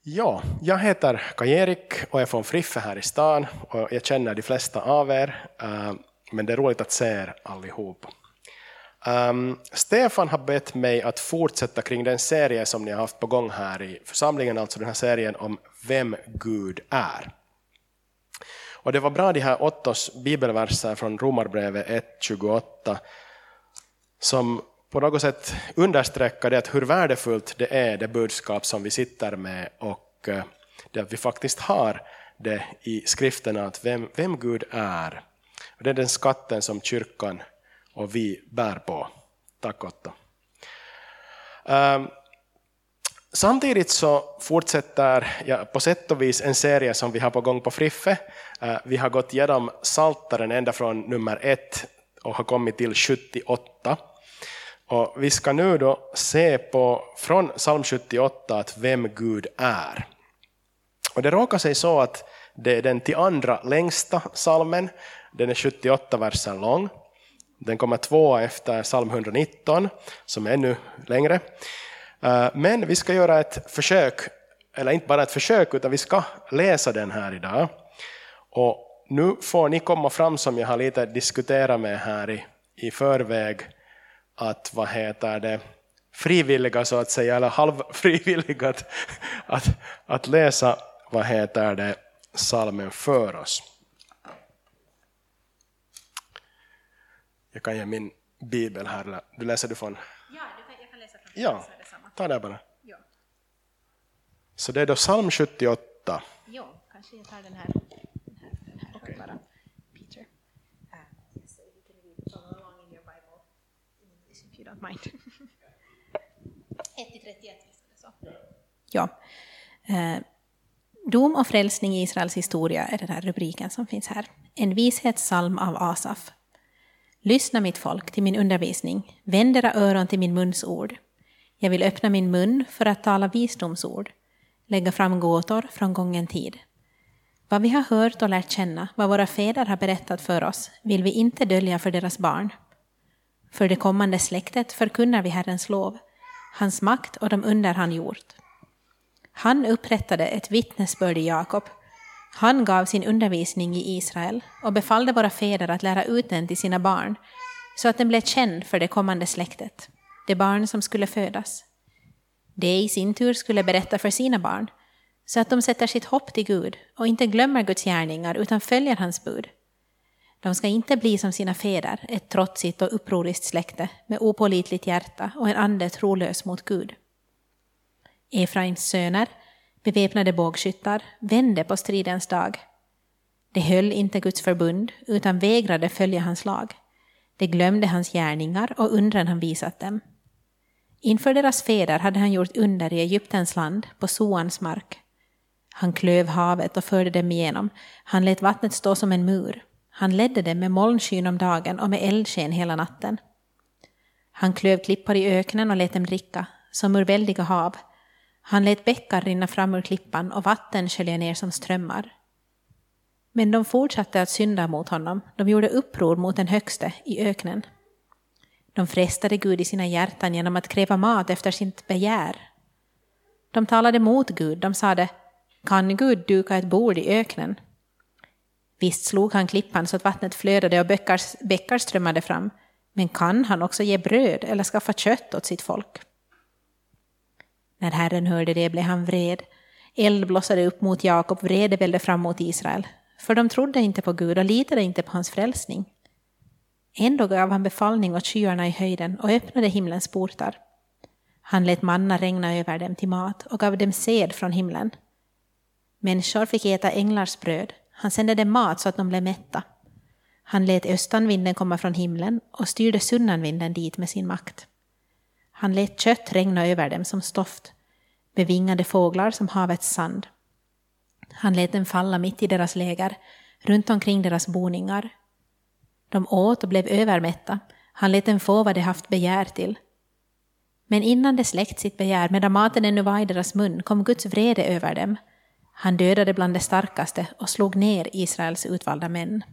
Ja, jag heter Kaj-Erik och är från Friffe här i stan och jag känner de flesta av er, men det är roligt att se er allihop. Stefan har bett mig att fortsätta kring den serie som ni har haft på gång här i församlingen, alltså den här serien om vem Gud är. Och det var bra de här 8 bibelverser från Romarbrevet 1:28 som på något sätt understräcker det att hur värdefullt det är det budskap som vi sitter med och det att vi faktiskt har det i skrifterna att vem Gud är. Och det är den skatten som kyrkan och vi bär på. Tack Otto. Samtidigt så fortsätter jag på sätt och vis en serie som vi har på gång på Friffe. Vi har gått igenom Psaltaren ända från nummer 1 och har kommit till 78. Och vi ska nu då se på från psalm 78 att vem Gud är. Och det råkar sig så att det är den till andra längsta psalmen. Den är 78 verser lång. Den kommer 2 efter psalm 119 som är ännu längre. Men vi ska göra ett försök, eller inte bara ett försök utan vi ska läsa den här idag. Och nu får ni komma fram som jag har lite diskuterat med här i förväg. Att frivilliga så att säga, eller halvfrivilliga att läsa psalmen för oss. Jag kan ge min bibel här. Du läser du från? Ja, jag kan läsa från. Ja, ta det bara. Ja. Så det är då psalm 78. Jo, kanske jag tar den här Okay. bara. Peter. So you can read follow along in your Bible in English if you don't mind. 1-31 så. Ja. Dom och frälsning i Israels historia är den här rubriken som finns här. En vishetssalm av Asaf. Lyssna mitt folk till min undervisning. Vänd era öron till min muns ord. Jag vill öppna min mun för att tala visdomsord. Lägga fram gåtor från gången tid. Vad vi har hört och lärt känna, vad våra fäder har berättat för oss, vill vi inte dölja för deras barn. För det kommande släktet förkunnar vi Herrens lov, hans makt och de under han gjort. Han upprättade ett vittnesbörd i Jakob. Han gav sin undervisning i Israel och befallde våra fäder att lära ut den till sina barn, så att den blev känd för det kommande släktet, det barn som skulle födas. Det i sin tur skulle berätta för sina barn, så att de sätter sitt hopp till Gud och inte glömmer Guds gärningar utan följer hans bud. De ska inte bli som sina fäder, ett trotsigt och upproriskt släkte med opålitligt hjärta och en ande trolös mot Gud. Efraims söner, beväpnade bågskyttar, vände på stridens dag. De höll inte Guds förbund utan vägrade följa hans lag. De glömde hans gärningar och undren han visat dem. Inför deras fäder hade han gjort under i Egyptens land på Soans mark. Han klöv havet och förde dem igenom. Han lät vattnet stå som en mur. Han ledde dem med molnskyn om dagen och med eldsken hela natten. Han klöv klippor i öknen och lät dem dricka, som ur väldiga hav. Han lät bäckar rinna fram ur klippan och vatten skölja ner som strömmar. Men de fortsatte att synda mot honom. De gjorde uppror mot den högste i öknen. De frestade Gud i sina hjärtan genom att kräva mat efter sitt begär. De talade mot Gud. De sade, kan Gud duka ett bord i öknen? Visst slog han klippan så att vattnet flödade och bäckar strömmade fram. Men kan han också ge bröd eller skaffa kött åt sitt folk? När Herren hörde det blev han vred. Eld blossade upp mot Jakob, vrede välde fram mot Israel. För de trodde inte på Gud och litade inte på hans frälsning. Ändå gav han befallning åt skyarna i höjden och öppnade himlens portar. Han lät manna regna över dem till mat och gav dem sed från himlen. Människor fick äta änglars bröd. Han sände dem mat så att de blev mätta. Han lät östanvinden komma från himlen och styrde sunnanvinden dit med sin makt. Han lät kött regna över dem som stoft, bevingade fåglar som havets sand. Han lät dem falla mitt i deras läger, runt omkring deras boningar. De åt och blev övermätta. Han lät dem få vad de haft begär till. Men innan de släckt sitt begär, medan maten ännu var i deras mun, kom Guds vrede över dem. Han dödade bland de starkaste och slog ner Israels utvalda män.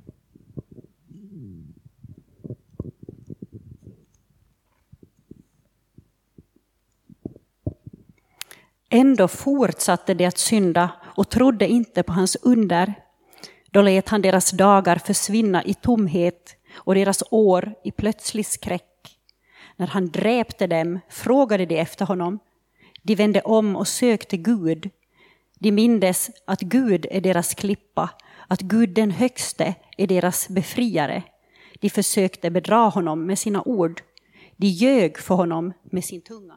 Ändå fortsatte de att synda och trodde inte på hans under. Då lät han deras dagar försvinna i tomhet och deras år i plötslig skräck. När han dräpte dem frågade de efter honom. De vände om och sökte Gud. De mindes att Gud är deras klippa, att Gud den högste är deras befriare. De försökte bedra honom med sina ord. De ljög för honom med sin tunga.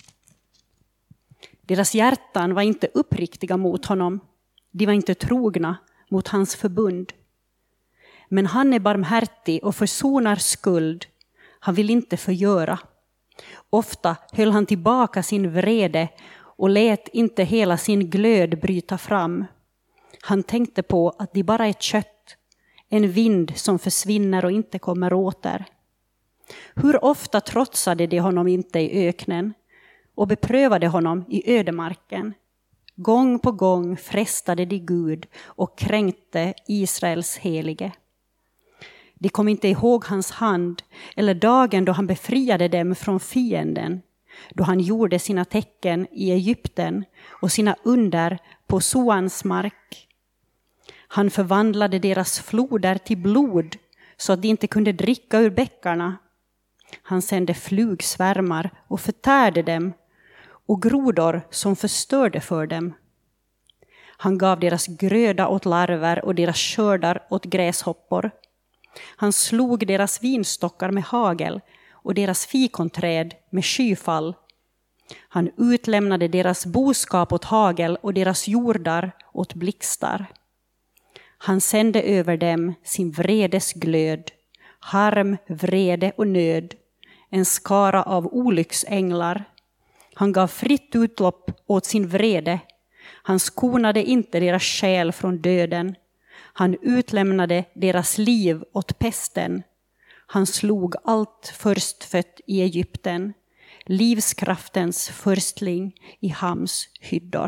Deras hjärtan var inte uppriktiga mot honom. De var inte trogna mot hans förbund. Men han är barmhärtig och försonar skuld. Han vill inte förgöra. Ofta höll han tillbaka sin vrede och lät inte hela sin glöd bryta fram. Han tänkte på att de bara är kött, en vind som försvinner och inte kommer åter. Hur ofta trotsade de honom inte i öknen och beprövade honom i ödemarken. Gång på gång frestade de Gud och kränkte Israels helige. De kom inte ihåg hans hand eller dagen då han befriade dem från fienden, då han gjorde sina tecken i Egypten och sina under på Soans mark. Han förvandlade deras floder till blod så att de inte kunde dricka ur bäckarna. Han sände flugsvärmar och förtärde dem och grodor som förstörde för dem. Han gav deras gröda åt larver och deras skördar åt gräshoppor. Han slog deras vinstockar med hagel och deras fikonträd med skyfall. Han utlämnade deras boskap åt hagel och deras jordar åt blixtar. Han sände över dem sin vredes glöd, harm, vrede och nöd, en skara av olycksänglar. Han gav fritt utlopp åt sin vrede. Han skonade inte deras själ från döden. Han utlämnade deras liv åt pesten. Han slog allt förstfött i Egypten, livskraftens förstling i Hams hyddor.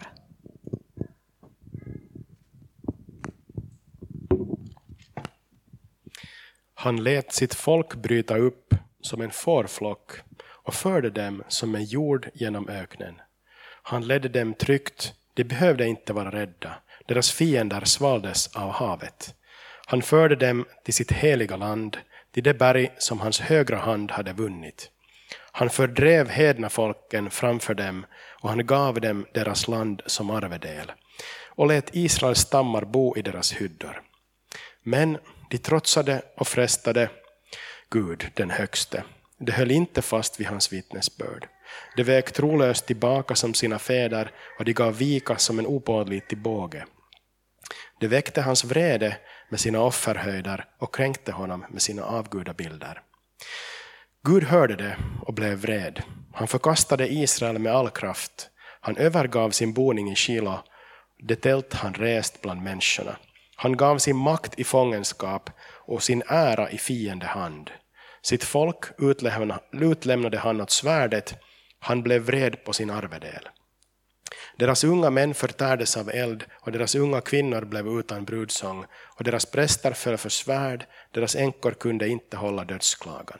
Han lät sitt folk bryta upp som en fårflock och förde dem som en jord genom öknen. Han ledde dem tryggt, de behövde inte vara rädda. Deras fiender svaldes av havet. Han förde dem till sitt heliga land, till det berg som hans högra hand hade vunnit. Han fördrev hedna folken framför dem och han gav dem deras land som arvedel och lät Israels stammar bo i deras hyddor. Men de trotsade och frestade Gud den högste. De höll inte fast vid hans vittnesbörd. De vek trolöst tillbaka som sina fäder och de gav vika som en opålitlig båge. De väckte hans vrede med sina offerhöjder och kränkte honom med sina avgudabilder. Gud hörde det och blev vred. Han förkastade Israel med all kraft. Han övergav sin boning i Shilo, det tält han rest bland människorna. Han gav sin makt i fångenskap och sin ära i fiende hand. Sitt folk utlämnade han åt svärdet. Han blev vred på sin arvedel. Deras unga män förtärdes av eld och deras unga kvinnor blev utan brudsång och deras präster föll för svärd, deras änkor kunde inte hålla dödsklagan.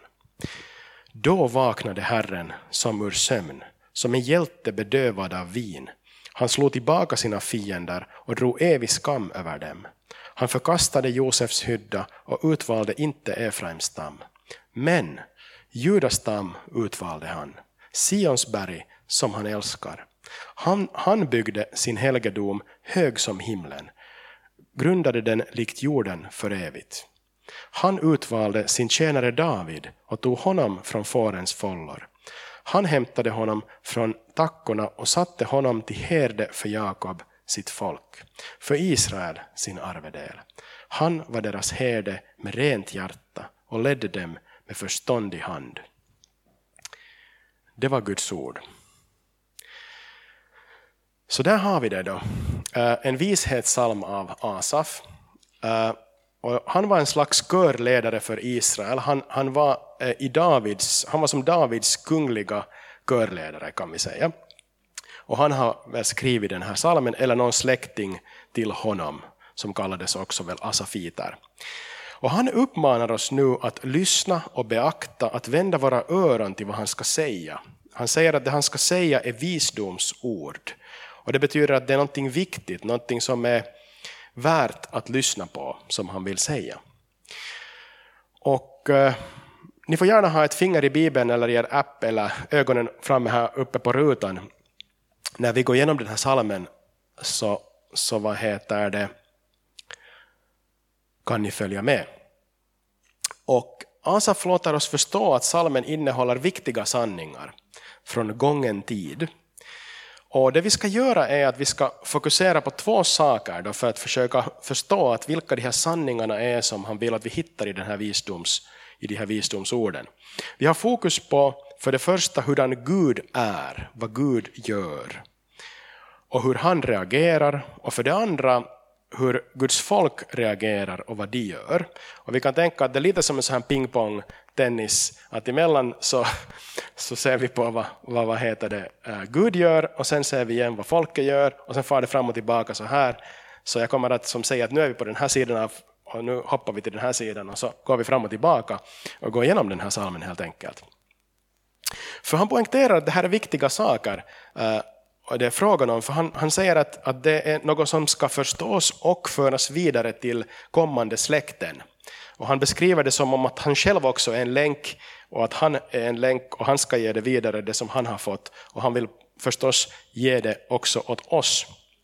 Då vaknade Herren som ur sömn, som en hjälte bedövad av vin. Han slog tillbaka sina fiender och drog evig skam över dem. Han förkastade Josefs hydda och utvalde inte Efraims stam. Men Judas stam utvalde han, Sions berg som han älskar. Han byggde sin helgedom hög som himlen, grundade den likt jorden för evigt. Han utvalde sin tjänare David och tog honom från fårens fållor. Han hämtade honom från tackorna och satte honom till herde för Jakob, sitt folk, för Israel sin arvedel. Han var deras herde med rent hjärta och ledde dem med förståndig hand. Det var Guds ord. Så där har vi det då. En vishetssalm av Asaf. Och han var en slags körledare för Israel. Han var som Davids kungliga körledare, kan vi säga. Och han har väl skrivit den här salmen, eller någon släkting till honom, som kallades också väl asafiter. Och han uppmanar oss nu att lyssna och beakta, att vända våra öron till vad han ska säga. Han säger att det han ska säga är visdomsord. Och det betyder att det är någonting viktigt, någonting som är värt att lyssna på, som han vill säga. Och ni får gärna ha ett finger i Bibeln eller i er app eller ögonen framme här uppe på rutan. När vi går igenom den här salmen så vad heter det, kan ni följa med. Och Asaf låter oss förstå att salmen innehåller viktiga sanningar från gången tid. Och det vi ska göra är att vi ska fokusera på två saker då för att försöka förstå att vilka de här sanningarna är som han vill att vi hittar i de här visdomsorden. Vi har fokus på för det första hurdan Gud är, vad Gud gör och hur han reagerar, och för det andra hur Guds folk reagerar och vad de gör. Och vi kan tänka att det är lite som en sån här pingpong-tennis, att emellan så ser vi på vad heter det, Gud gör, och sen ser vi igen vad folket gör, och sen far det fram och tillbaka så här. Så jag kommer att säga att nu är vi på den här sidan och nu hoppar vi till den här sidan, och så går vi fram och tillbaka och går igenom den här salmen helt enkelt. För han poängterar att det här är viktiga saker, och det är frågan om, för han säger att det är något som ska förstås och föras vidare till kommande släkten. Och han beskriver det som om att han själv också är en länk, och att han är en länk och han ska ge det vidare, det som han har fått. Och han vill förstås ge det också åt oss.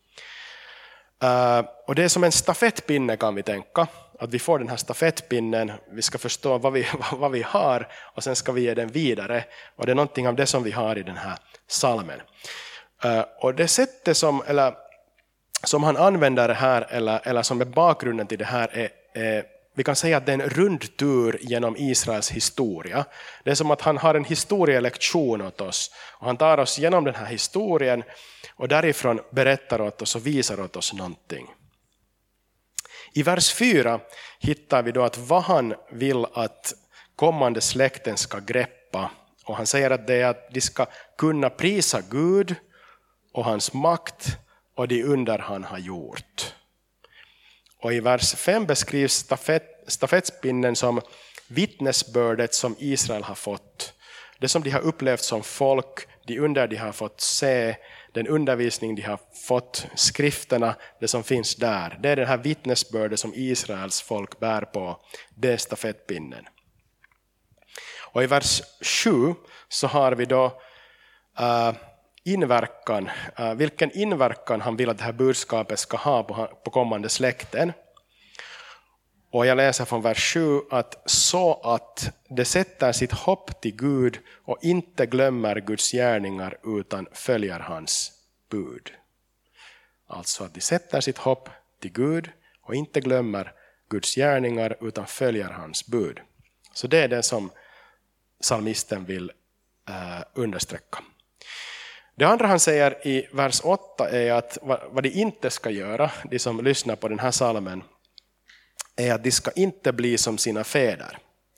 Och det är som en stafettpinne, kan vi tänka. Att vi får den här stafettpinnen, vi ska förstå vad vi har, och sen ska vi ge den vidare. Och det är någonting av det som vi har i den här salmen. Och det sättet som han använder det här, eller som är bakgrunden till det här, är vi kan säga att det är en rundtur genom Israels historia. Det är som att han har en historielektion åt oss, och han tar oss genom den här historien och därifrån berättar åt oss och visar åt oss någonting. I vers 4 hittar vi då att vad han vill att kommande släkten ska greppa, och han säger att det är att de ska kunna prisa Gud och hans makt och de under han har gjort. Och i vers 5 beskrivs stafettpinnen som vittnesbördet som Israel har fått. Det som de har upplevt som folk, de under de har fått se, den undervisning de har fått, skrifterna, det som finns där. Det är det här vittnesbördet som Israels folk bär på, det är stafettpinnen. Och i vers 7 så har vi då inverkan, vilken inverkan han vill att det här budskapet ska ha på kommande släkten. Och jag läser från vers 7 att så att det sätter sitt hopp till Gud och inte glömmer Guds gärningar utan följer hans bud. Alltså att de sätter sitt hopp till Gud och inte glömmer Guds gärningar utan följer hans bud. Så det är det som psalmisten vill understräcka. Det andra han säger i vers 8 är att vad de inte ska göra, de som lyssnar på den här psalmen, är att de ska inte bli som sina fäder.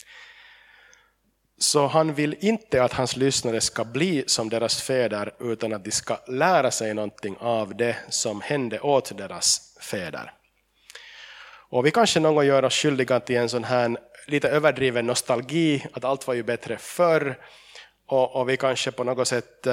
Så han vill inte att hans lyssnare ska bli som deras fäder, utan att de ska lära sig någonting av det som hände åt deras fäder. Och vi kanske någon gång gör oss skyldiga till en sån här lite överdriven nostalgi, att allt var ju bättre förr, och vi kanske på något sätt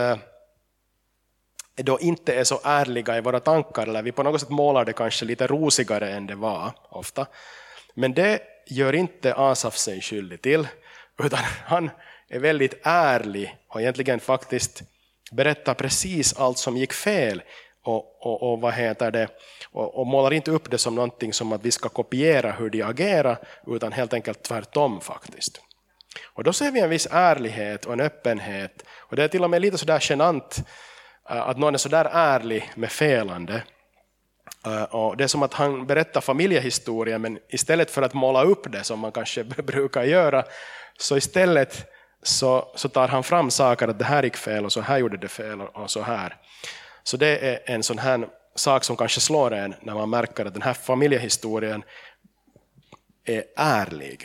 då inte är så ärliga i våra tankar, eller vi på något sätt målar det kanske lite rosigare än det var ofta. Men det gör inte Asaf sig skyldig till, utan han är väldigt ärlig och egentligen faktiskt berättar precis allt som gick fel och vad heter det, och målar inte upp det som någonting som att vi ska kopiera hur de agerar, utan helt enkelt tvärtom faktiskt. Och då ser vi en viss ärlighet och en öppenhet, och det är till och med lite sådär genant att någon är så där ärlig med felande. Och det är som att han berättar familjehistorien, men istället för att måla upp det som man kanske brukar göra, så istället så tar han fram saker att det här gick fel och så här gjorde det fel och så här. Så det är en sån här sak som kanske slår en när man märker att den här familjehistorien är ärlig.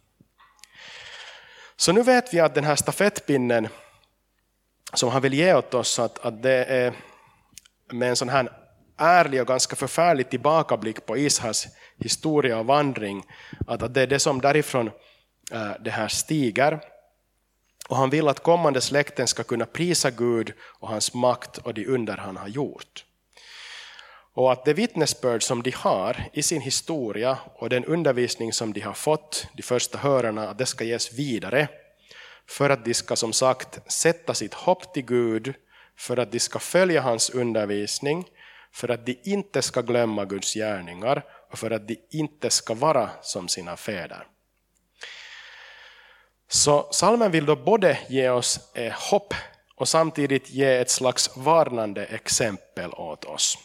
Så nu vet vi att den här stafettpinnen som han vill ge åt oss, att det är med en sån här ärlig och ganska förfärlig tillbakablick på Israels historia och vandring, att det är det som därifrån det här stiger. Och han vill att kommande släkten ska kunna prisa Gud och hans makt och de under han har gjort. Och att det vittnesbörd som de har i sin historia och den undervisning som de har fått, de första hörarna, att det ska ges vidare för att de ska som sagt sätta sitt hopp till Gud, för att de ska följa hans undervisning, för att de inte ska glömma Guds gärningar och för att de inte ska vara som sina fäder. Så psalmen vill då både ge oss hopp och samtidigt ge ett slags varnande exempel åt oss.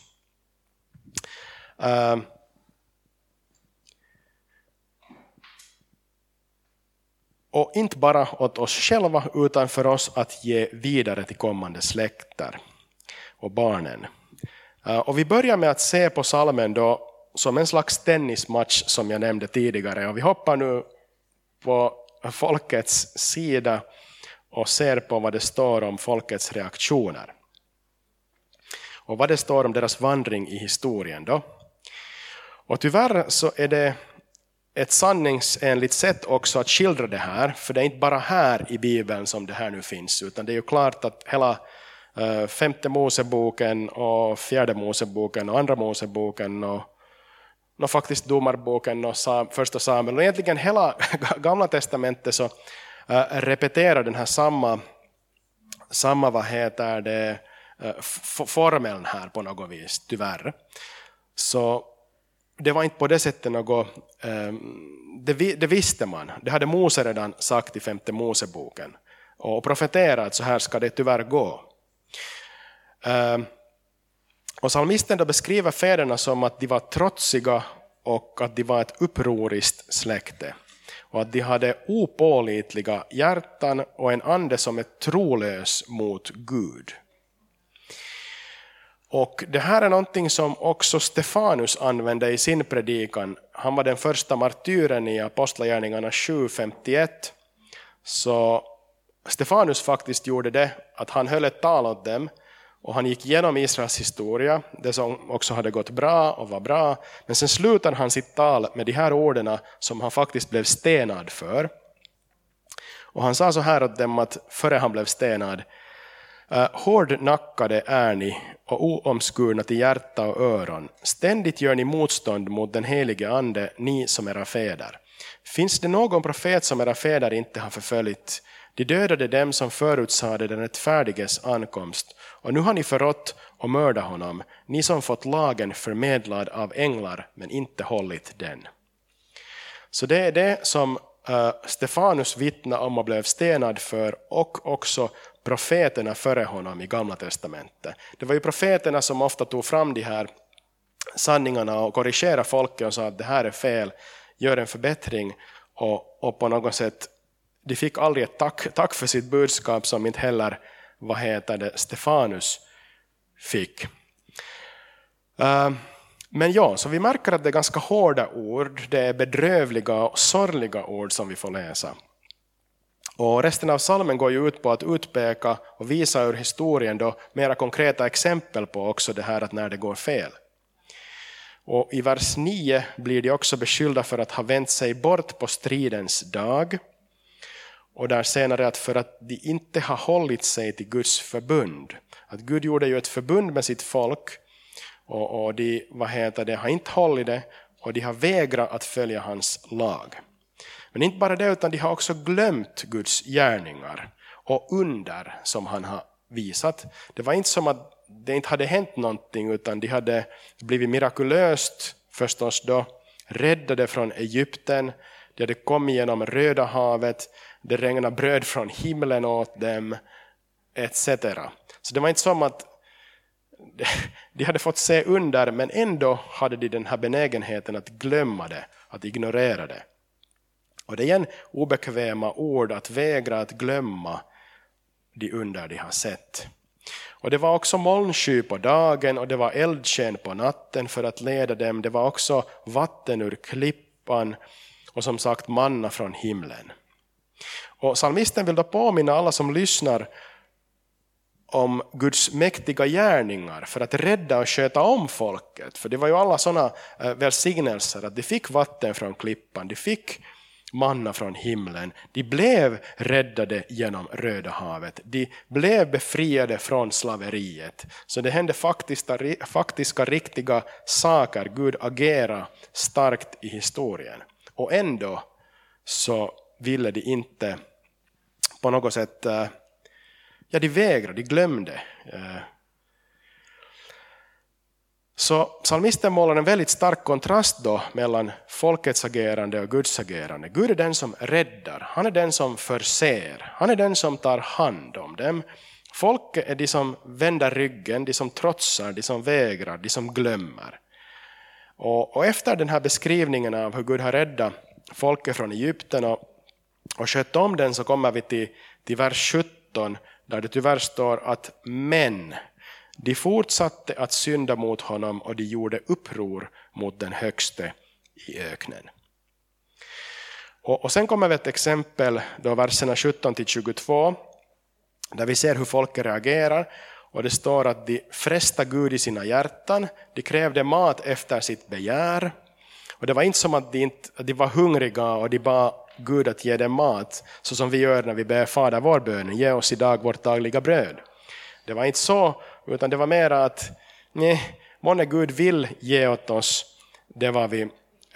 Och inte bara åt oss själva utan för oss att ge vidare till kommande släkter och barnen. Och vi börjar med att se på psalmen då som en slags tennismatch som jag nämnde tidigare. Och vi hoppar nu på folkets sida och ser på vad det står om folkets reaktioner. Och vad det står om deras vandring i historien då. Och tyvärr så är det ett sanningsenligt sätt också att skildra det här. För det är inte bara här i Bibeln som det här nu finns. Utan det är ju klart att hela femte Moseboken och fjärde Moseboken och andra Moseboken och faktiskt domarboken och första Samuel. Och egentligen hela gamla testamentet så repeterar den här samma formeln här på något vis, tyvärr. Så det var inte på det sättet något, det visste man. Det hade Mose redan sagt i femte Moseboken. Och profeterat så här ska det tyvärr gå. Och psalmisten då beskriver fäderna som att de var trotsiga och att de var ett upproriskt släkte. Och att de hade opålitliga hjärtan och en ande som är trolös mot Gud. Och det här är någonting som också Stefanus använde i sin predikan. Han var den första martyren i Apostlagärningarna 7:51. Så Stefanus faktiskt gjorde det att han höll ett tal åt dem. Och han gick igenom Israels historia, det som också hade gått bra och var bra. Men sen slutade han sitt tal med de här orden som han faktiskt blev stenad för. Och han sa så här åt dem att före han blev stenad: hårdnackade är ni och oomskurna till hjärta och öron. Ständigt gör ni motstånd mot den helige ande, ni som era fäder. Finns det någon profet som era fäder inte har förföljt? De dödade dem som förutsade den rättfärdiges ankomst. Och nu har ni förrått och mördat honom, ni som fått lagen förmedlad av änglar men inte hållit den. Så det är det som Stefanus vittnar om och blev stenad för, och också profeterna före honom i Gamla testamentet. Det var ju profeterna som ofta tog fram de här sanningarna och korrigerade folket och sa att det här är fel, gör en förbättring, och på något sätt de fick aldrig ett tack för sitt budskap som inte heller Stefanus fick. Men ja, så vi märker att det är ganska hårda ord, det är bedrövliga och sorgliga ord som vi får läsa. Och resten av psalmen går ju ut på att utpeka och visa ur historien då mera konkreta exempel på också det här att när det går fel. Och i vers 9 blir de också beskyllda för att ha vänt sig bort på stridens dag. Och där senare att för att de inte har hållit sig till Guds förbund. Att Gud gjorde ju ett förbund med sitt folk och de har inte hållit det och de har vägrat att följa hans lag. Men inte bara det, utan de har också glömt Guds gärningar och under som han har visat. Det var inte som att det inte hade hänt någonting, utan de hade blivit mirakulöst förstås då räddade från Egypten. De hade kommit genom Röda havet, det regnade bröd från himlen åt dem, etc. Så det var inte som att de hade fått se under, men ändå hade de den här benägenheten att glömma det, att ignorera det. Och det är igen obekväma ord att vägra att glömma de under de har sett. Och det var också molnsky på dagen och det var eldsken på natten för att leda dem. Det var också vatten ur klippan och som sagt manna från himlen. Och psalmisten vill då påminna alla som lyssnar om Guds mäktiga gärningar för att rädda och sköta om folket. För det var ju alla sådana välsignelser att de fick vatten från klippan, de fick manna från himlen. De blev räddade genom Röda havet. De blev befriade från slaveriet. Så det hände faktiska riktiga saker. Gud agerade starkt i historien. Och ändå så ville de inte på något sätt, de vägrade, de glömde. Så psalmisten målar en väldigt stark kontrast då mellan folkets agerande och Guds agerande. Gud är den som räddar, han är den som förser, han är den som tar hand om dem. Folket är de som vänder ryggen, de som trotsar, de som vägrar, de som glömmer. Och efter den här beskrivningen av hur Gud har räddat folket från Egypten och skött om den, så kommer vi till vers 17 där det tyvärr står att men de fortsatte att synda mot honom och de gjorde uppror mot den högste i öknen. Och sen kommer vi ett exempel då verserna 17-22 där vi ser hur folket reagerar. Och det står att de fresta Gud i sina hjärtan, de krävde mat efter sitt begär. Och det var inte som att de var hungriga och de bad Gud att ge dem mat, så som vi gör när vi ber Fader vår bön, ge oss idag vårt dagliga bröd. Det var inte så, utan det var mer att månne Gud vill ge åt oss det vad vi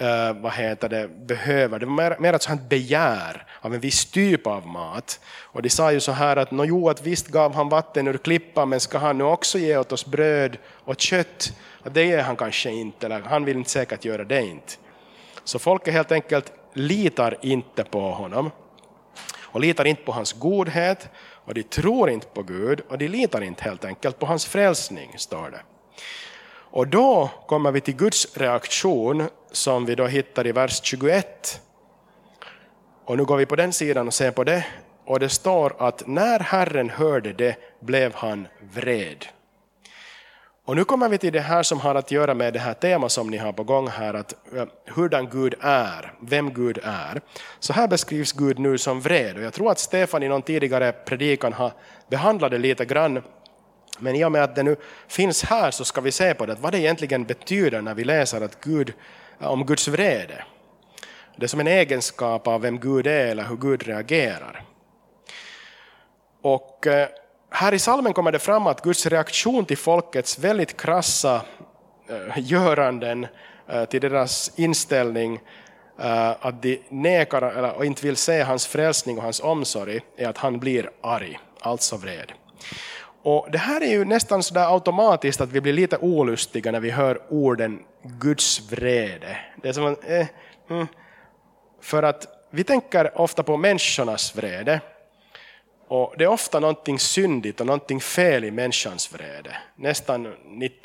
behöver. Det var mer ett sånt begär av en viss typ av mat. Och de sa ju så här att att visst gav han vatten ur klippan, men ska han nu också ge åt oss bröd och kött? Det ger han kanske inte, eller han vill inte säkert göra det inte. Så folket helt enkelt litar inte på honom och litar inte på hans godhet, och de tror inte på Gud och de litar inte helt enkelt på hans frälsning, står det. Och då kommer vi till Guds reaktion som vi då hittar i vers 21. Och nu går vi på den sidan och ser på det. Och det står att när Herren hörde det blev han vred. Och nu kommer vi till det här som har att göra med det här temat som ni har på gång här, att hurdan Gud är, vem Gud är. Så här beskrivs Gud nu som vred, och jag tror att Stefan i någon tidigare predikan har behandlat det lite grann. Men i och med att det nu finns här så ska vi se på det, vad det egentligen betyder när vi läser att om Guds vrede. Det är som en egenskap av vem Gud är eller hur Gud reagerar. Och här i salmen kommer det fram att Guds reaktion till folkets väldigt krassa göranden, till deras inställning att de nekar eller inte vill se hans frälsning och hans omsorg, är att han blir arg, alltså vred. Och det här är ju nästan så där automatiskt att vi blir lite olustiga när vi hör orden Guds vrede. Det är som för att vi tänker ofta på människornas vrede. Och det är ofta någonting syndigt och någonting fel i människans vrede. Nästan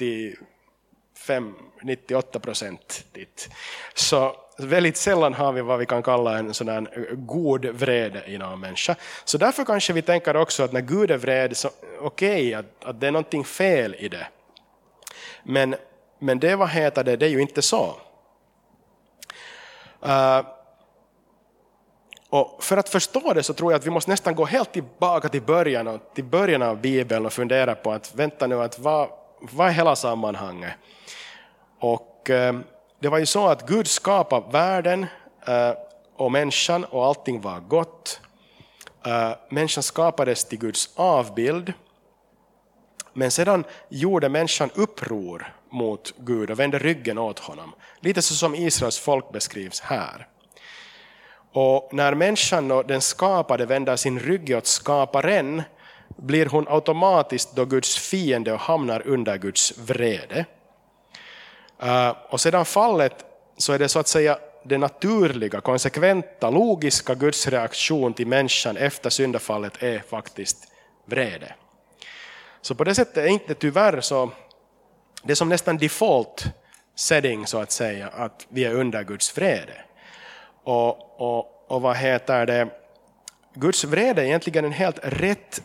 98% dit. Så väldigt sällan har vi vad vi kan kalla en sån här god vrede inom en människa. Så därför kanske vi tänker också att när Gud är vred, så okej, att det är någonting fel i det. Men det det är ju inte så. Och för att förstå det så tror jag att vi måste nästan gå helt tillbaka till början av Bibeln och fundera på att vänta nu, att vad är hela sammanhanget? Och det var ju så att Gud skapade världen och människan och allting var gott. Människan skapades till Guds avbild. Men sedan gjorde människan uppror mot Gud och vände ryggen åt honom. Lite så som Israels folk beskrivs här. Och när människan och den skapade vänder sin rygg åt skaparen, blir hon automatiskt då Guds fiende och hamnar under Guds vrede. Och sedan fallet så är det så att säga det naturliga, konsekventa, logiska Guds reaktion till människan efter syndafallet är faktiskt vrede. Så på det sättet är inte tyvärr så, det är som nästan default setting så att säga, att vi är under Guds vrede. Och vad heter det? Guds vrede är egentligen en helt rätt,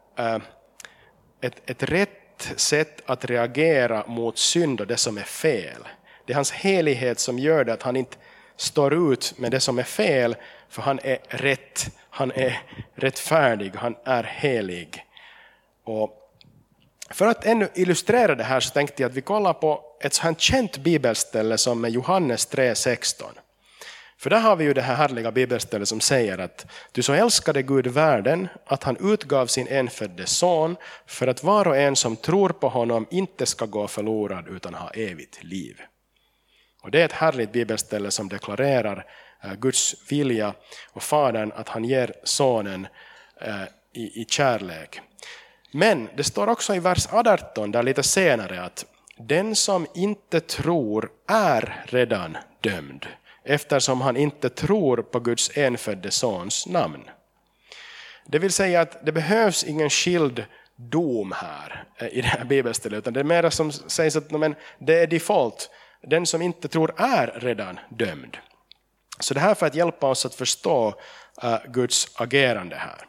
ett rätt sätt att reagera mot synd och det som är fel. Det är hans helighet som gör det, att han inte står ut med det som är fel, för han är rätt, han är rättfärdig, han är helig. Och för att ännu illustrera det här så tänkte jag att vi kollar på ett så här känt bibelställe som är Johannes 3:16. För där har vi ju det här härliga bibelstället som säger att du så älskade Gud världen att han utgav sin enfödde son för att var och en som tror på honom inte ska gå förlorad utan ha evigt liv. Och det är ett härligt bibelställe som deklarerar Guds vilja och Fadern att han ger sonen i kärlek. Men det står också i vers 18 där lite senare att den som inte tror är redan dömd eftersom han inte tror på Guds enfödde sons namn. Det vill säga att det behövs ingen skild dom här i det här bibelstället utan det är mer som sägs att det är default. Den som inte tror är redan dömd. Så det här för att hjälpa oss att förstå Guds agerande här.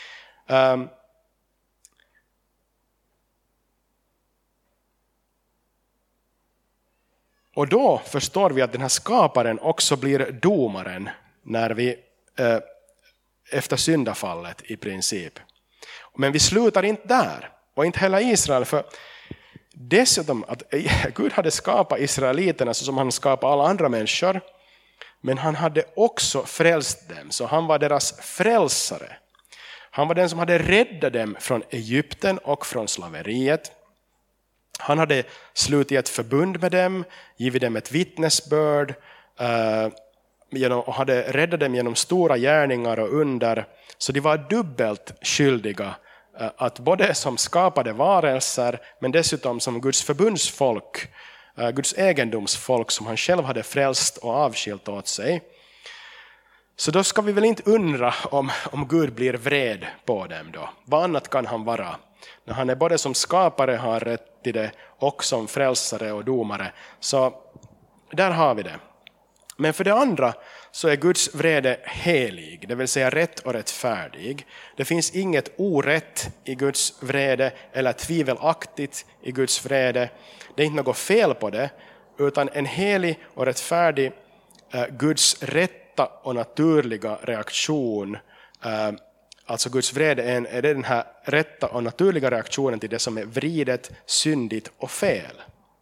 Och då förstår vi att den här skaparen också blir domaren när vi efter syndafallet i princip. Men vi slutar inte där och inte heller Israel för dessutom att Gud hade skapat israeliterna så som han skapade alla andra människor. Men han hade också frälst dem så han var deras frälsare. Han var den som hade räddat dem från Egypten och från slaveriet. Han hade slutit ett förbund med dem, givit dem ett vittnesbörd och hade räddat dem genom stora gärningar och under. Så de var dubbelt skyldiga att både som skapade varelser men dessutom som Guds förbundsfolk, Guds egendomsfolk som han själv hade frälst och avskilt åt sig. Så då ska vi väl inte undra om Gud blir vred på dem då. Vad annat kan han vara? När han är både som skapare har rätt till det och som frälsare och domare. Så där har vi det. Men för det andra så är Guds vrede helig, det vill säga rätt och rättfärdig. Det finns inget orätt i Guds vrede eller tvivelaktigt i Guds vrede. Det är inte något fel på det, utan en helig och rättfärdig Guds rätta och naturliga reaktion. Alltså Guds vrede är den här rätta och naturliga reaktionen till det som är vridet, syndigt och fel.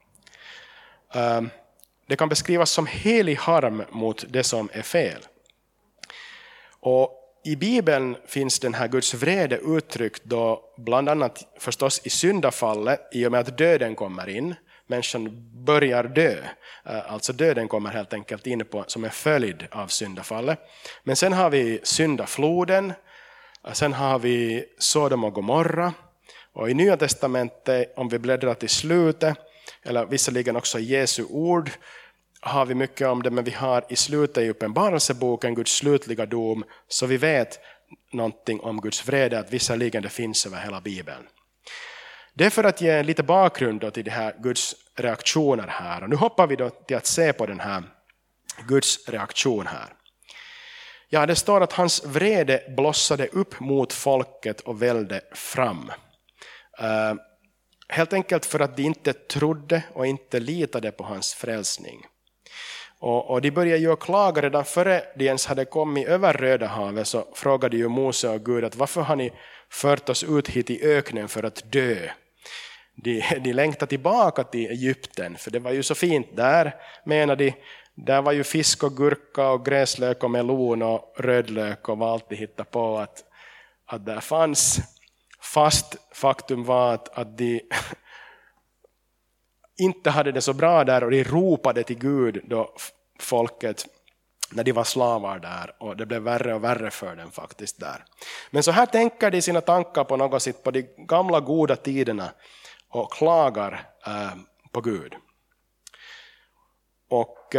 Det kan beskrivas som helig harm mot det som är fel. Och i Bibeln finns den här Guds vrede uttryckt då bland annat förstås i syndafallet i och med att döden kommer in. Människan börjar dö. Alltså döden kommer helt enkelt in på som en följd av syndafallet. Men sen har vi syndafloden. Sen har vi Sodom och Gomorra. Och i Nya testamentet, om vi bläddrar till slutet, eller visserligen också i Jesu ord, har vi mycket om det, men vi har i slutet i Uppenbarelseboken Guds slutliga dom, så vi vet någonting om Guds vrede, att visserligen det finns över hela Bibeln. Det är för att ge lite bakgrund då till det här Guds reaktioner här. Och nu hoppar vi då till att se på den här Guds reaktion här. Ja, det står att hans vrede blossade upp mot folket och välde fram. Helt enkelt för att de inte trodde och inte litade på hans frälsning. Och de började ju klaga redan före de ens hade kommit över Röda havet, så frågade ju Mose och Gud att varför har ni fört oss ut hit i öknen för att dö? De längtade tillbaka till Egypten, för det var ju så fint där, menar de. Där var ju fisk och gurka och gräslök och melon och rödlök och vad allt de hittade på att där fanns. Fast faktum var att de inte hade det så bra där och de ropade till Gud då folket när de var slavar där, och det blev värre och värre för dem faktiskt där. Men så här tänker de sina tankar på något sätt på de gamla goda tiderna och klagar på Gud. Och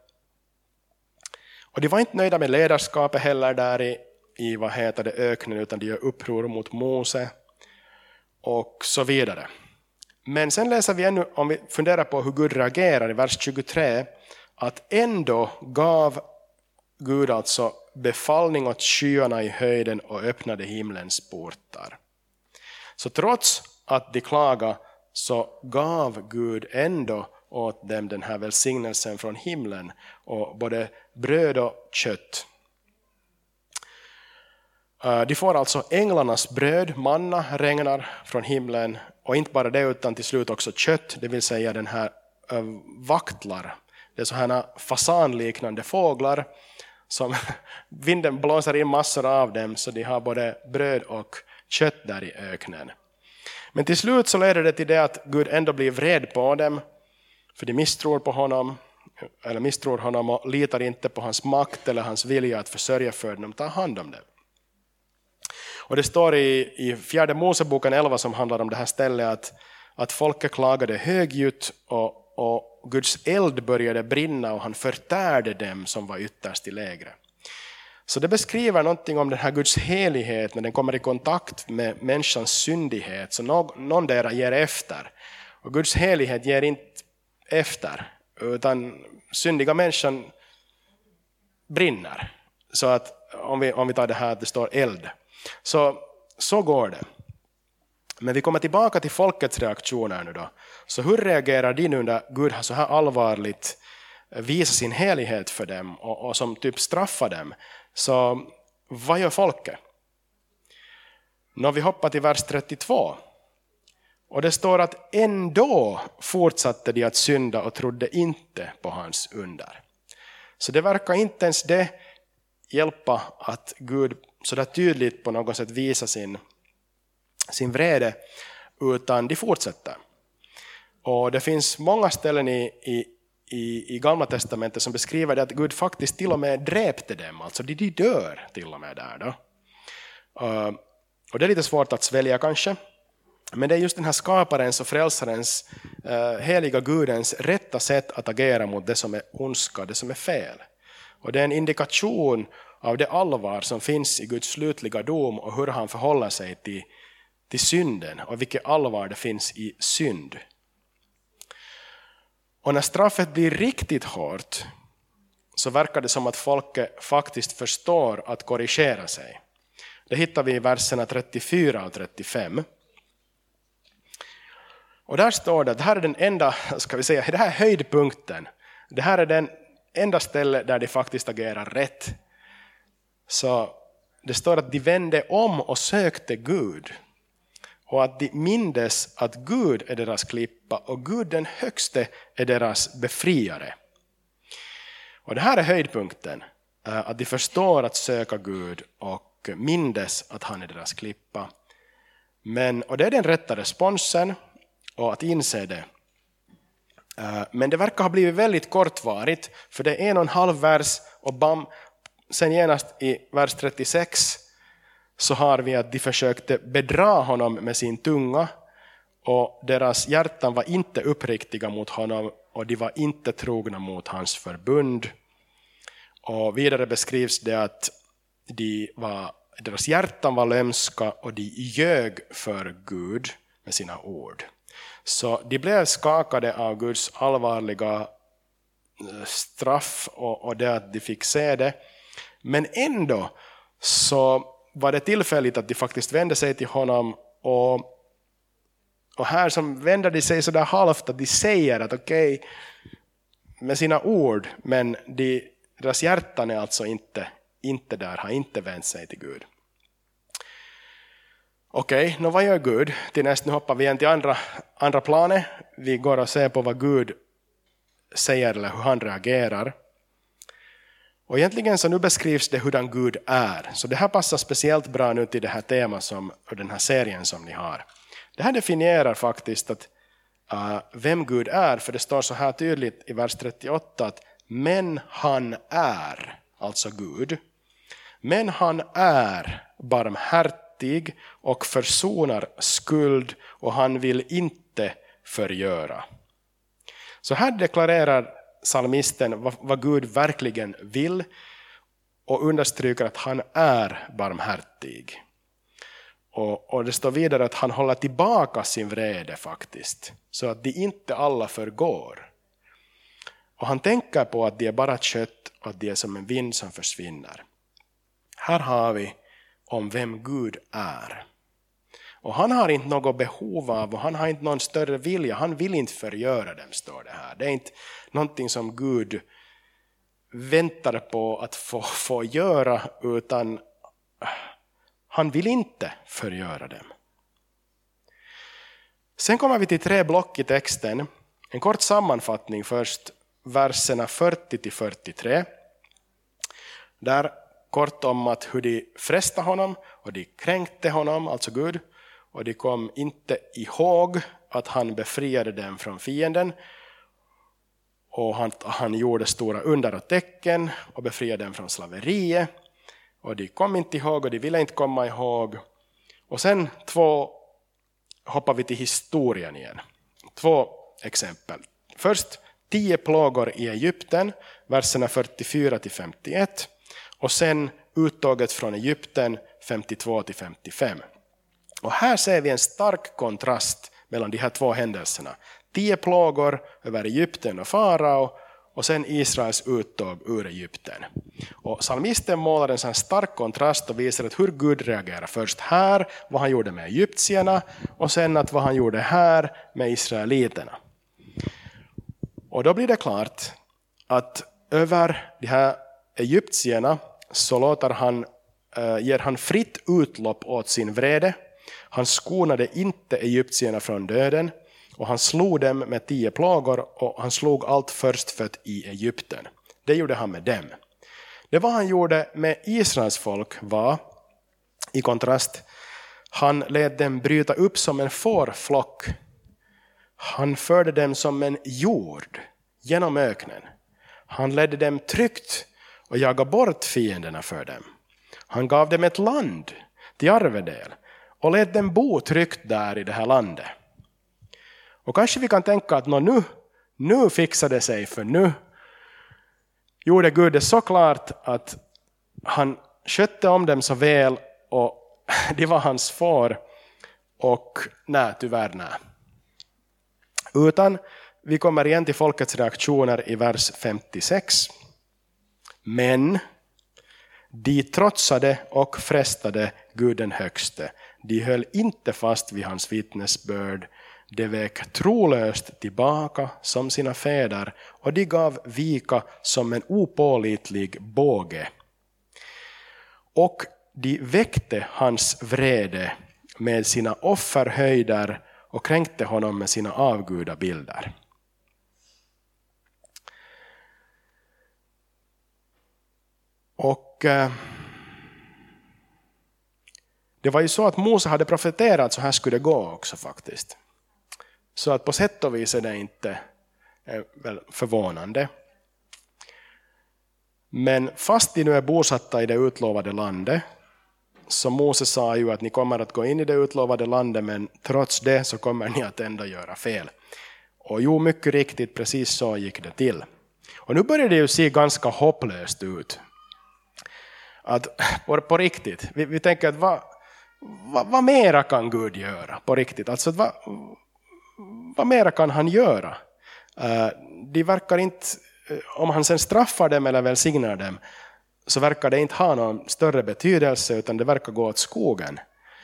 de var inte nöjda med ledarskapet heller där i öknen, utan de gör uppror mot Mose och så vidare. Men sen läser vi ännu, om vi funderar på hur Gud reagerar i vers 23, att ändå gav Gud alltså befallning åt skyarna i höjden och öppnade himlens portar. Så trots att de klagade så gav Gud ändå åt dem den här välsignelsen från himlen och både bröd och kött. De får alltså änglarnas bröd, manna regnar från himlen, och inte bara det utan till slut också kött, det vill säga den här vaktlar, Det är så här fasanliknande fåglar som vinden blåser in massor av dem, så de har både bröd och kött där i öknen. Men till slut så leder det till det att Gud ändå blir vred på dem, för de misstror honom och litar inte på hans makt eller hans vilja att försörja för dem, ta hand om det. Och det står i 4 Moseboken 11 som handlar om det här stället att folket klagade högljutt och Guds eld började brinna och han förtärde dem som var ytterst i lägret. Så det beskriver någonting om den här Guds helighet när den kommer i kontakt med människans syndighet, så någon där ger efter. Och Guds helighet ger inte efter, utan syndiga människan brinner. Så att om vi tar det här att det står eld. Så går det. Men vi kommer tillbaka till folkets reaktioner nu då. Så hur reagerar de nu när Gud har så här allvarligt visat sin helighet för dem och som typ straffar dem? Så vad gör folket? När vi hoppar till vers 32. Och det står att ändå fortsatte de att synda och trodde inte på hans under. Så det verkar inte ens det hjälpa att Gud så där tydligt på något sätt visar sin vrede, utan de fortsätter. Och det finns många ställen i Gamla testamentet som beskriver det att Gud faktiskt till och med dräpte dem, alltså de dör till och med där då. Och det är lite svårt att svälja kanske, men det är just den här skaparens och frälsarens heliga Gudens rätta sätt att agera mot det som är ondska, det som är fel. Och det är en indikation av det allvar som finns i Guds slutliga dom och hur han förhåller sig till synden och vilket allvar det finns i synd. Och när straffet blir riktigt hårt så verkar det som att folket faktiskt förstår att korrigera sig. Det hittar vi i verserna 34 och 35. Och där står det att det här är den enda, det här är höjdpunkten. Det här är den enda ställe där de faktiskt agerar rätt. Så det står att de vände om och sökte Gud. Och att de mindes att Gud är deras klippa och Gud den högste är deras befriare. Och det här är höjdpunkten. Att de förstår att söka Gud och mindes att han är deras klippa. Och det är den rätta responsen och att inse det. Men det verkar ha blivit väldigt kortvarigt, för det är 1,5 vers och bam, sen genast i vers 36 så har vi att de försökte bedra honom med sin tunga och deras hjärtan var inte uppriktiga mot honom och de var inte trogna mot hans förbund. Och vidare beskrivs det att deras hjärtan var lömska och de ljög för Gud med sina ord. Så de blev skakade av Guds allvarliga straff och det att de fick se det. Men ändå så var det tillfälligt att de faktiskt vände sig till honom och här som vänder de sig så där halvt att de säger att okej, med sina ord, men deras hjärtan är alltså inte där, har inte vänt sig till Gud. Okej, vad gör Gud? Nu hoppar vi igen till andra planet. Vi går och ser på vad Gud säger eller hur han reagerar. Och egentligen så nu beskrivs det hurdan Gud är. Så det här passar speciellt bra nu till det här temat och den här serien som ni har. Det här definierar faktiskt att vem Gud är. För det står så här tydligt i vers 38 att men han är, alltså Gud. Men han är barmhärtig och försonar skuld och han vill inte förgöra. Så här deklarerar psalmisten vad Gud verkligen vill och understryker att han är barmhärtig. Och det står vidare att han håller tillbaka sin vrede faktiskt, så att de inte alla förgår. Och han tänker på att de är bara kött och att de är som en vind som försvinner. Här har vi om vem Gud är. Och han har inte något behov av och han har inte någon större vilja. Han vill inte förgöra dem, står det här. Det är inte någonting som Gud väntar på att få göra, utan han vill inte förgöra dem. Sen kommer vi till 3 block i texten. En kort sammanfattning först. verserna 40-43. Där kort om att hur de frestade honom och de kränkte honom, alltså Gud. Och de kom inte ihåg att han befriade dem från fienden. Och han gjorde stora under och tecken och befriade dem från slaveriet. Och de kom inte ihåg och de ville inte komma ihåg. Och sen hoppar vi till historien igen. 2 exempel. Först 10 plågor i Egypten, verserna 44-51. Och sen uttåget från Egypten 52-55. Och här ser vi en stark kontrast mellan de här 2 händelserna. 10 plågor över Egypten och farao och sen Israels uttåg ur Egypten. Och psalmisten målar en sån stark kontrast och visar att hur Gud reagerar först här, vad han gjorde med egyptierna och sen att vad han gjorde här med israeliterna. Och då blir det klart att över de här egyptierna så ger han fritt utlopp åt sin vrede. Han skonade inte egyptierna från döden och han slog dem med 10 plågor och han slog allt förstfött i Egypten. Det gjorde han med dem. Det vad han gjorde med Israels folk var, i kontrast, han lät dem bryta upp som en fårflock. Han förde dem som en jord genom öknen. Han ledde dem tryggt och jagade bort fienderna för dem. Han gav dem ett land till arvedel och lät dem bo tryggt där i det här landet. Och kanske vi kan tänka att nu fixade det sig, för nu gjorde Gud det så klart att han skötte om dem så väl och det var hans får. Och tyvärr nej. Utan vi kommer igen till folkets reaktioner i vers 56. Men de trotsade och frestade Gud den högste. De höll inte fast vid hans vittnesbörd. De vek trolöst tillbaka som sina fäder och de gav vika som en opålitlig båge. Och de väckte hans vrede med sina offerhöjder och kränkte honom med sina avgudabilder. Och det var ju så att Mose hade profeterat så här skulle det gå också faktiskt. Så att på sätt och vis är det inte väl förvånande. Men fast de nu är bosatta i det utlovade landet, så Mose sa ju att ni kommer att gå in i det utlovade landet, men trots det så kommer ni att ändå göra fel. Och jo, mycket riktigt, precis så gick det till. Och nu börjar det ju se ganska hopplöst ut. Att på riktigt, vi tänker att vad mera kan Gud göra på riktigt? Alltså vad mera kan han göra? De verkar inte, om han sen straffar dem eller välsignar dem, så verkar det inte ha någon större betydelse, utan det verkar gå åt skogen.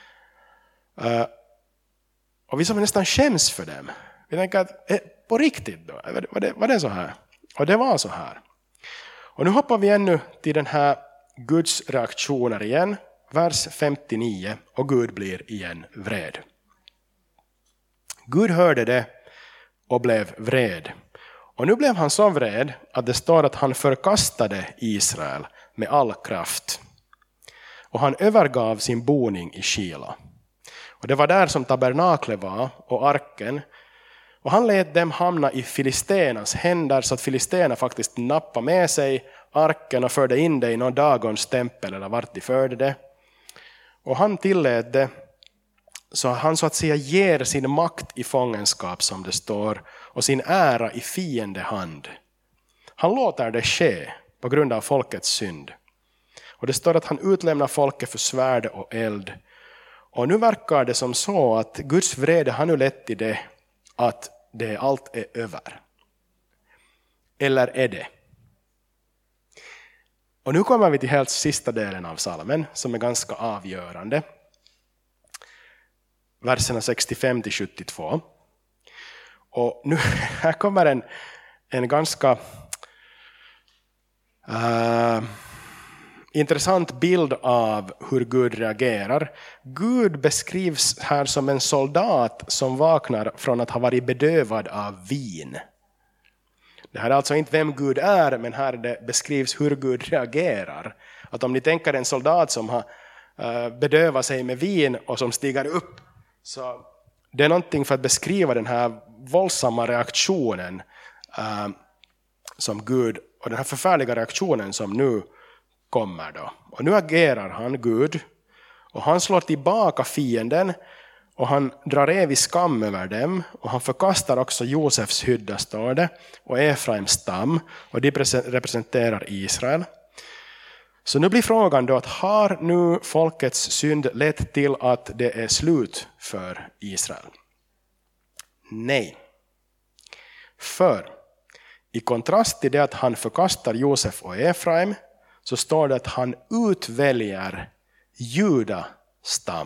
Och vi som nästan skäms för dem. Vi tänker att på riktigt då, var det så här? Och det var så här. Och nu hoppar vi ännu till den här Guds reaktioner igen. Vers 59, och Gud blir igen vred. Gud hörde det och blev vred. Och nu blev han så vred att det står att han förkastade Israel med all kraft. Och han övergav sin boning i Shilo. Och det var där som tabernaklet var och arken. Och han lät dem hamna i filistenas händer så att filisterna faktiskt nappade med sig arken och förde in det i någon Dagons tempel eller vart de förde det. Och han tillät det, så han så att säga ger sin makt i fångenskap som det står och sin ära i fiendehand. Han låter det ske på grund av folkets synd. Och det står att han utlämnar folket för svärd och eld. Och nu verkar det som så att Guds vrede har nu lett till det att allt är över. Eller är det? Och nu kommer vi till helt sista delen av psalmen som är ganska avgörande. Verserna 65-72. Och nu här kommer en ganska intressant bild av hur Gud reagerar. Gud beskrivs här som en soldat som vaknar från att ha varit bedövad av vin. Det här är alltså inte vem Gud är, men här det beskrivs hur Gud reagerar. Att om ni tänker en soldat som har bedövat sig med vin och som stiger upp, så det är någonting för att beskriva den här våldsamma reaktionen som Gud, och den här förfärliga reaktionen som nu kommer då. Och nu agerar han, Gud, och han slår tillbaka fienden och han drar evig skam över dem, och han förkastar också Josefs hydda, står det, och Efraims stam, och de representerar Israel. Så nu blir frågan då att har nu folkets synd lett till att det är slut för Israel? Nej. För i kontrast till det att han förkastar Josef och Efraim, så står det att han utväljer Juda stam.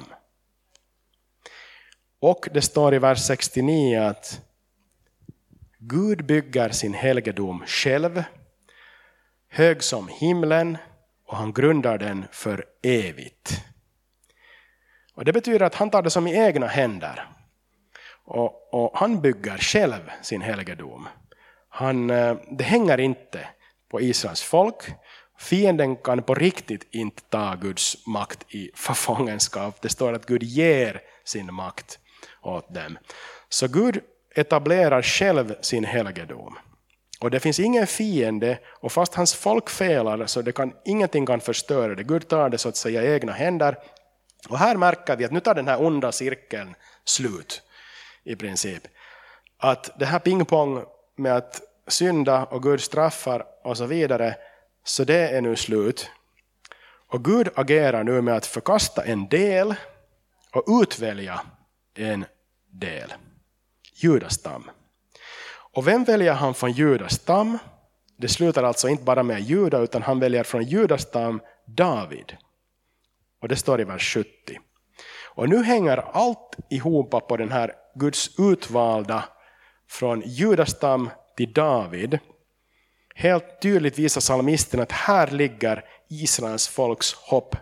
Och det står i vers 69 att Gud bygger sin helgedom själv, hög som himlen, och han grundar den för evigt. Och det betyder att han tar det som i egna händer. Och han bygger själv sin helgedom. Det hänger inte på Israels folk. Fienden kan på riktigt inte ta Guds makt i förfångenskap. Det står att Gud ger sin makt åt dem. Så Gud etablerar själv sin helgedom. Och det finns ingen fiende, och fast hans folk felar så ingenting kan förstöra det. Gud tar det så att säga i egna händer. Och här märker vi att nu tar den här onda cirkeln slut i princip. Att det här pingpong med att synda och Gud straffar och så vidare, så det är nu slut. Och Gud agerar nu med att förkasta en del och utvälja en del. Judas stam. Och vem väljer han från Judas stam? Det slutar alltså inte bara med Juda, utan han väljer från Judas stam David. Och det står i vers 70. Och nu hänger allt ihop på den här Guds utvalda från Judas stam till David. Helt tydligt visar psalmisten att här ligger Israels folks hopp.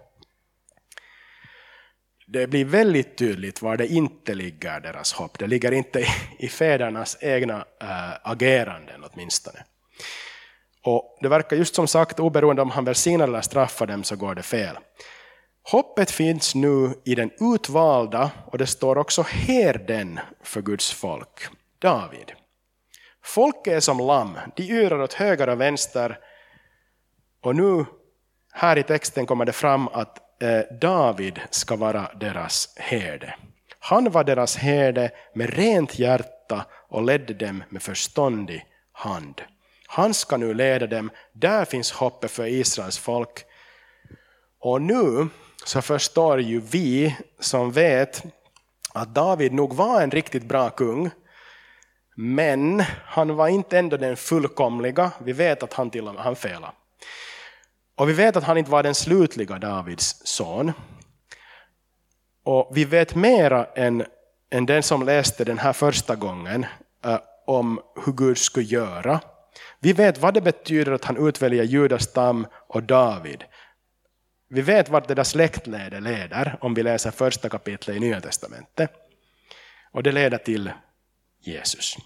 Det blir väldigt tydligt var det inte ligger deras hopp. Det ligger inte i fädernas egna ageranden åtminstone. Och det verkar just som sagt, oberoende om han välsignar eller straffar dem, så går det fel. Hoppet finns nu i den utvalda, och det står också herden för Guds folk, David. Folket är som lamm, de yrar åt höger och vänster, och nu här i texten kommer det fram att David ska vara deras herde. Han var deras herde med rent hjärta och ledde dem med förståndig hand. Han ska nu leda dem, där finns hoppet för Israels folk. Och nu så förstår ju vi som vet att David nog var en riktigt bra kung, men han var inte ändå den fullkomliga. Vi vet att han felade. Och vi vet att han inte var den slutliga Davids son. Och vi vet mera än den som läste den här första gången om hur Gud skulle göra. Vi vet vad det betyder att han utväljer Judas stam och David. Vi vet vart det där släktlede leder om vi läser första kapitlet i Nya testamentet. Och det leder till Jesus.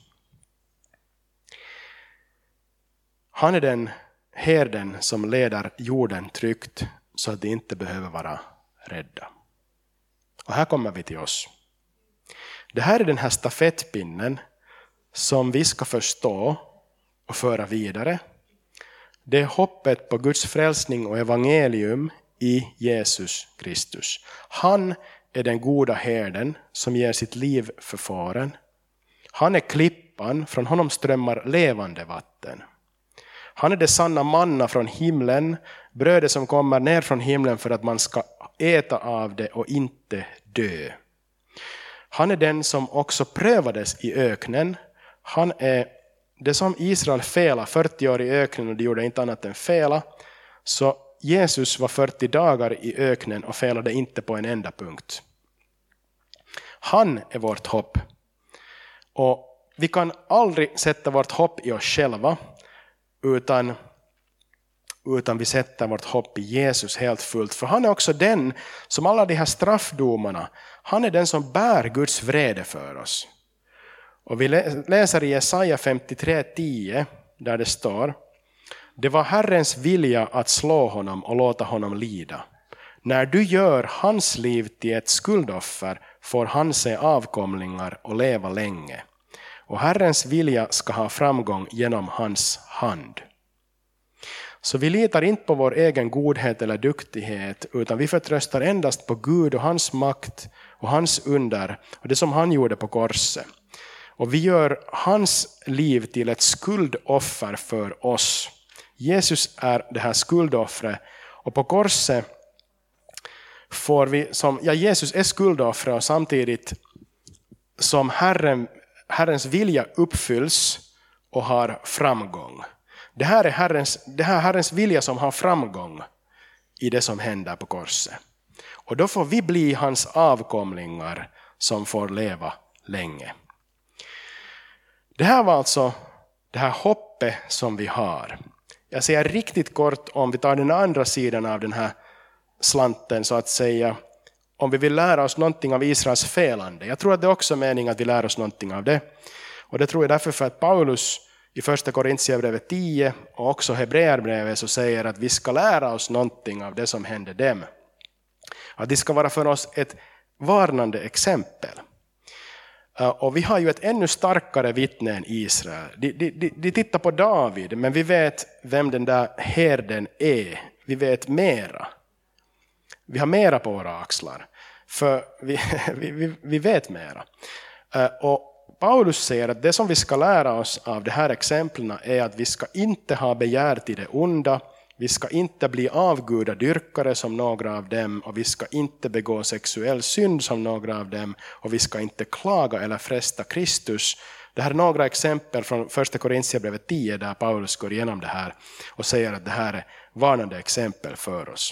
Han är den herden som leder jorden tryggt så att de inte behöver vara rädda. Och här kommer vi till oss. Det här är den här stafettpinnen som vi ska förstå och föra vidare. Det är hoppet på Guds frälsning och evangelium i Jesus Kristus. Han är den goda herden som ger sitt liv för fåren. Han är klippan, från honom strömmar levande vatten. Han är det sanna manna från himlen, brödet som kommer ner från himlen för att man ska äta av det och inte dö. Han är den som också prövades i öknen. Han är det som Israel felade 40 år i öknen och de gjorde inte annat än fela. Så Jesus var 40 dagar i öknen och felade inte på en enda punkt. Han är vårt hopp. Och vi kan aldrig sätta vårt hopp i oss själva, utan vi sätter vårt hopp i Jesus helt fullt. För han är också den som alla de här straffdomarna, han är den som bär Guds vrede för oss. Och vi läser i Jesaja 53:10 där det står: det var Herrens vilja att slå honom och låta honom lida. När du gör hans liv till ett skuldoffer får han se avkomlingar och leva länge. Och Herrens vilja ska ha framgång genom hans hand. Så vi litar inte på vår egen godhet eller duktighet, utan vi förtröstar endast på Gud och hans makt och hans under och det som han gjorde på korset. Och vi gör hans liv till ett skuldoffer för oss. Jesus är det här skuldoffret, och på korset får vi Jesus är skuldoffret, och samtidigt som Herrens vilja uppfylls och har framgång. Det här är Herrens vilja som har framgång i det som händer på korset. Och då får vi bli hans avkomlingar som får leva länge. Det här var alltså det här hoppet som vi har. Jag säger riktigt kort, om vi tar den andra sidan av den här slanten så att säga, om vi vill lära oss någonting av Israels felande. Jag tror att det är också meningen att vi lär oss någonting av det. Och det tror jag därför för att Paulus i första Korintierbrevet 10 och också Hebreerbrevet så säger att vi ska lära oss någonting av det som hände dem. Att det ska vara för oss ett varnande exempel. Och vi har ju ett ännu starkare vittne än Israel. De tittar på David, men vi vet vem den där herden är. Vi vet mera. Vi har mera på våra axlar. För vi vet mera. Och Paulus säger att det som vi ska lära oss av de här exemplen är att vi ska inte ha begär till det onda. Vi ska inte bli avgudadyrkare som några av dem, och vi ska inte begå sexuell synd som några av dem, och vi ska inte klaga eller fresta Kristus. Det här är några exempel från första Korintierbrevet 10 där Paulus går igenom det här och säger att det här är varnande exempel för oss.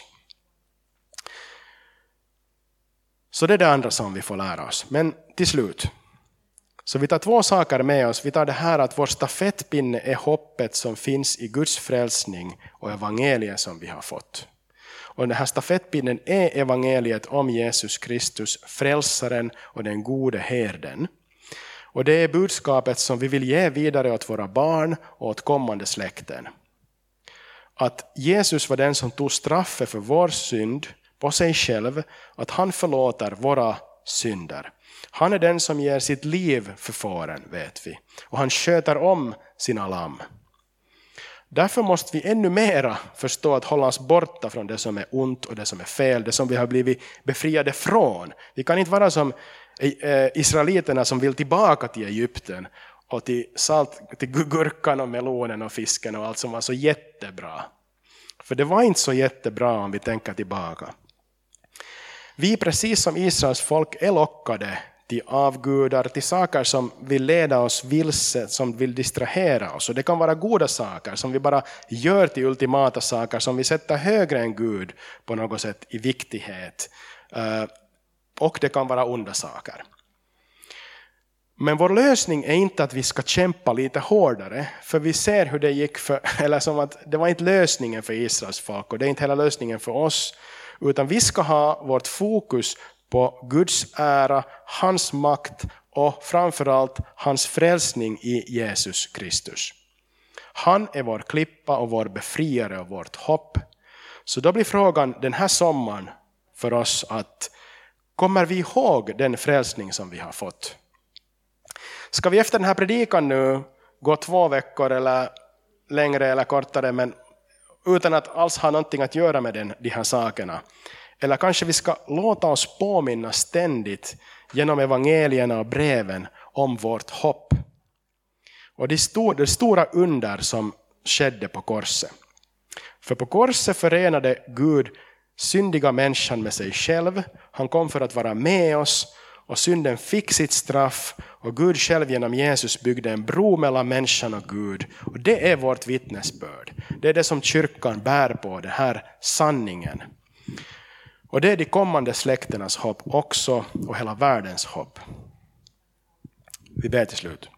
Så det är det andra som vi får lära oss. Men till slut, så vi tar två saker med oss. Vi tar det här att vår stafettpinne är hoppet som finns i Guds frälsning och evangeliet som vi har fått. Och den här stafettpinnen är evangeliet om Jesus Kristus, frälsaren och den gode herden. Och det är budskapet som vi vill ge vidare åt våra barn och åt kommande släkten. Att Jesus var den som tog straffet för vår synd på sig själv, att han förlåter våra synder. Han är den som ger sitt liv för fåren, vet vi. Och han sköter om sina lamm. Därför måste vi ännu mera förstå att hålla oss borta från det som är ont och det som är fel. Det som vi har blivit befriade från. Vi kan inte vara som israeliterna som vill tillbaka till Egypten. Och till gurkan och melonen och fisken och allt som var så jättebra. För det var inte så jättebra om vi tänker tillbaka. Vi precis som Israels folk är lockade till avgudar, till saker som vill leda oss vilse, som vill distrahera oss. Och det kan vara goda saker som vi bara gör till ultimata saker som vi sätter högre än Gud på något sätt i viktighet. Och det kan vara onda saker. Men vår lösning är inte att vi ska kämpa lite hårdare, för vi ser hur det gick eller som att det var inte lösningen för Israels folk och det är inte hela lösningen för oss, utan vi ska ha vårt fokus på Guds ära, hans makt och framförallt hans frälsning i Jesus Kristus. Han är vår klippa och vår befriare och vårt hopp. Så då blir frågan den här sommaren för oss att kommer vi ihåg den frälsning som vi har fått? Ska vi efter den här predikan nu gå 2 veckor eller längre eller kortare, men utan att alls ha någonting att göra med de här sakerna? Eller kanske vi ska låta oss påminna ständigt genom evangelierna och breven om vårt hopp. Och det stora under som skedde på korset. För på korset förenade Gud syndiga människan med sig själv. Han kom för att vara med oss. Och synden fick sitt straff och Gud själv genom Jesus byggde en bro mellan människan och Gud. Och det är vårt vittnesbörd. Det är det som kyrkan bär på, den här sanningen. Och det är de kommande släkternas hopp också och hela världens hopp. Vi ber till slut.